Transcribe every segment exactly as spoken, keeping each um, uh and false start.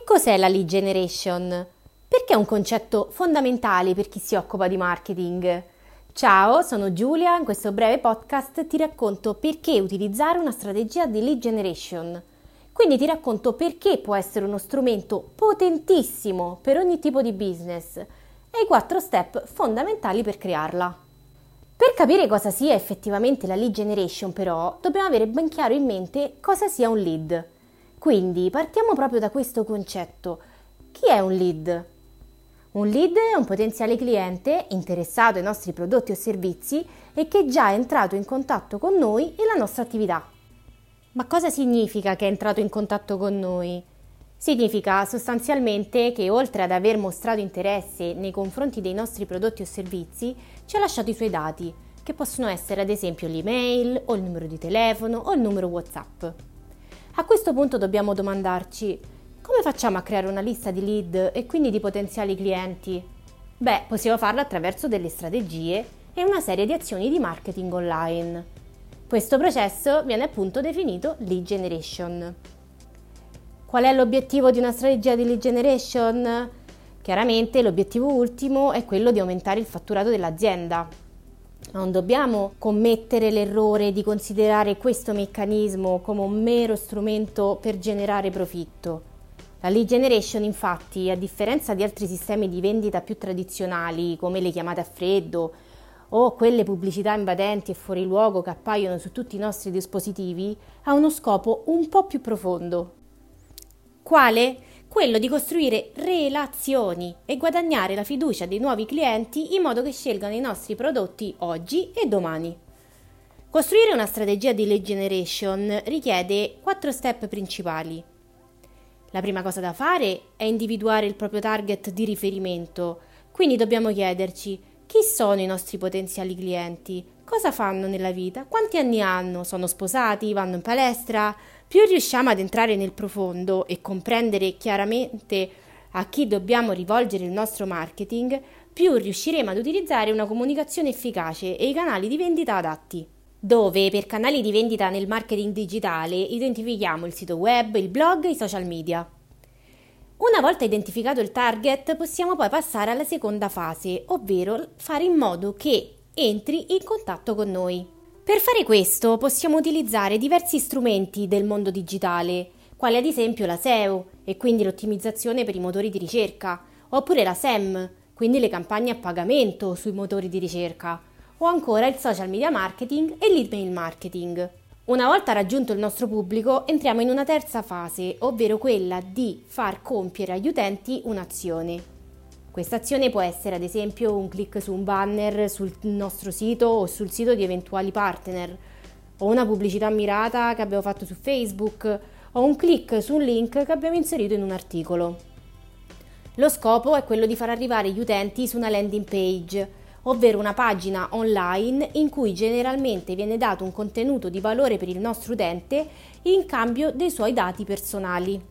cos'è la lead generation? Perché è un concetto fondamentale per chi si occupa di marketing? Ciao, sono Giulia, in questo breve podcast ti racconto perché utilizzare una strategia di lead generation. Quindi ti racconto perché può essere uno strumento potentissimo per ogni tipo di business e i quattro step fondamentali per crearla. Per capire cosa sia effettivamente la lead generation, però, dobbiamo avere ben chiaro in mente cosa sia un lead. Quindi partiamo proprio da questo concetto. Chi è un lead? Un lead è un potenziale cliente interessato ai nostri prodotti o servizi e che già è entrato in contatto con noi e la nostra attività. Ma cosa significa che è entrato in contatto con noi? Significa sostanzialmente che oltre ad aver mostrato interesse nei confronti dei nostri prodotti o servizi, ci ha lasciato i suoi dati, che possono essere ad esempio l'email o il numero di telefono o il numero WhatsApp. A questo punto dobbiamo domandarci: come facciamo a creare una lista di lead e quindi di potenziali clienti? Beh, possiamo farlo attraverso delle strategie e una serie di azioni di marketing online. Questo processo viene appunto definito lead generation. Qual è l'obiettivo di una strategia di lead generation? Chiaramente l'obiettivo ultimo è quello di aumentare il fatturato dell'azienda. Non dobbiamo commettere l'errore di considerare questo meccanismo come un mero strumento per generare profitto. La lead generation, infatti, a differenza di altri sistemi di vendita più tradizionali, come le chiamate a freddo o quelle pubblicità invadenti e fuori luogo che appaiono su tutti i nostri dispositivi, ha uno scopo un po' più profondo. Quale? Quello di costruire relazioni e guadagnare la fiducia dei nuovi clienti in modo che scelgano i nostri prodotti oggi e domani. Costruire una strategia di lead generation richiede quattro step principali. La prima cosa da fare è individuare il proprio target di riferimento, quindi dobbiamo chiederci: chi sono i nostri potenziali clienti? Cosa fanno nella vita? Quanti anni hanno? Sono sposati? Vanno in palestra? Più riusciamo ad entrare nel profondo e comprendere chiaramente a chi dobbiamo rivolgere il nostro marketing, più riusciremo ad utilizzare una comunicazione efficace e i canali di vendita adatti. Dove per canali di vendita nel marketing digitale identifichiamo il sito web, il blog e i social media. Una volta identificato il target, possiamo poi passare alla seconda fase, ovvero fare in modo che entri in contatto con noi. Per fare questo possiamo utilizzare diversi strumenti del mondo digitale, quali ad esempio la S E O, e quindi l'ottimizzazione per i motori di ricerca, oppure la S E M, quindi le campagne a pagamento sui motori di ricerca, o ancora il social media marketing e l'email marketing. Una volta raggiunto il nostro pubblico, entriamo in una terza fase, ovvero quella di far compiere agli utenti un'azione. Questa azione può essere ad esempio un click su un banner sul nostro sito o sul sito di eventuali partner, o una pubblicità mirata che abbiamo fatto su Facebook, o un click su un link che abbiamo inserito in un articolo. Lo scopo è quello di far arrivare gli utenti su una landing page, ovvero una pagina online in cui generalmente viene dato un contenuto di valore per il nostro utente in cambio dei suoi dati personali.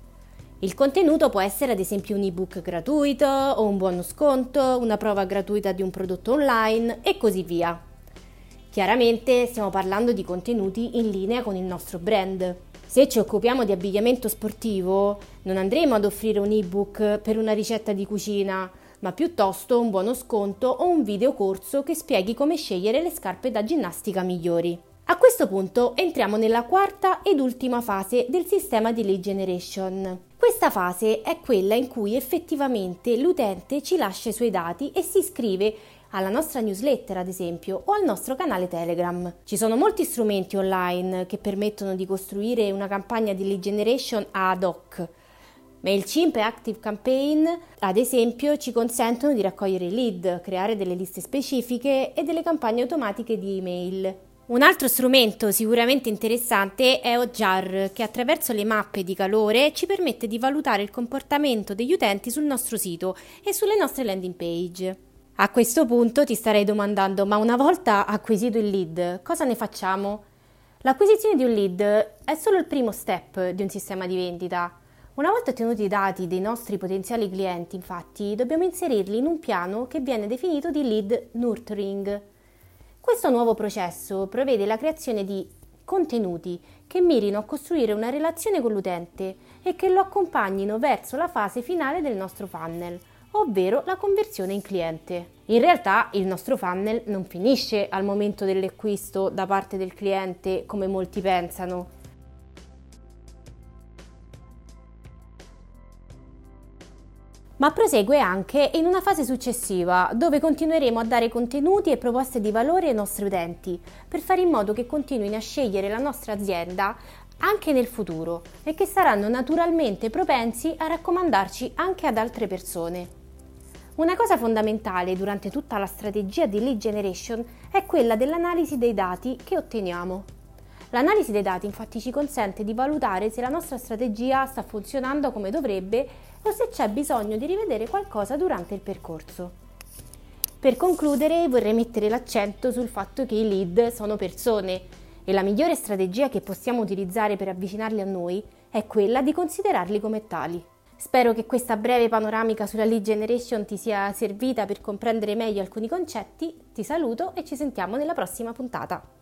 Il contenuto può essere ad esempio un ebook gratuito o un buono sconto, una prova gratuita di un prodotto online e così via. Chiaramente stiamo parlando di contenuti in linea con il nostro brand. Se ci occupiamo di abbigliamento sportivo, non andremo ad offrire un ebook per una ricetta di cucina, ma piuttosto un buono sconto o un videocorso che spieghi come scegliere le scarpe da ginnastica migliori. A questo punto entriamo nella quarta ed ultima fase del sistema di lead generation. Questa fase è quella in cui effettivamente l'utente ci lascia i suoi dati e si iscrive alla nostra newsletter, ad esempio, o al nostro canale Telegram. Ci sono molti strumenti online che permettono di costruire una campagna di lead generation ad hoc. MailChimp e ActiveCampaign, ad esempio, ci consentono di raccogliere i lead, creare delle liste specifiche e delle campagne automatiche di email. Un altro strumento sicuramente interessante è Hotjar, che attraverso le mappe di calore ci permette di valutare il comportamento degli utenti sul nostro sito e sulle nostre landing page. A questo punto ti starei domandando: ma una volta acquisito il lead, cosa ne facciamo? L'acquisizione di un lead è solo il primo step di un sistema di vendita. Una volta ottenuti i dati dei nostri potenziali clienti, infatti, dobbiamo inserirli in un piano che viene definito di lead nurturing. Questo nuovo processo prevede la creazione di contenuti che mirino a costruire una relazione con l'utente e che lo accompagnino verso la fase finale del nostro funnel, ovvero la conversione in cliente. In realtà il nostro funnel non finisce al momento dell'acquisto da parte del cliente come molti pensano. Ma prosegue anche in una fase successiva, dove continueremo a dare contenuti e proposte di valore ai nostri utenti, per fare in modo che continuino a scegliere la nostra azienda anche nel futuro e che saranno naturalmente propensi a raccomandarci anche ad altre persone. Una cosa fondamentale durante tutta la strategia di lead generation è quella dell'analisi dei dati che otteniamo. L'analisi dei dati infatti ci consente di valutare se la nostra strategia sta funzionando come dovrebbe o se c'è bisogno di rivedere qualcosa durante il percorso. Per concludere vorrei mettere l'accento sul fatto che i lead sono persone e la migliore strategia che possiamo utilizzare per avvicinarli a noi è quella di considerarli come tali. Spero che questa breve panoramica sulla lead generation ti sia servita per comprendere meglio alcuni concetti. Ti saluto e ci sentiamo nella prossima puntata.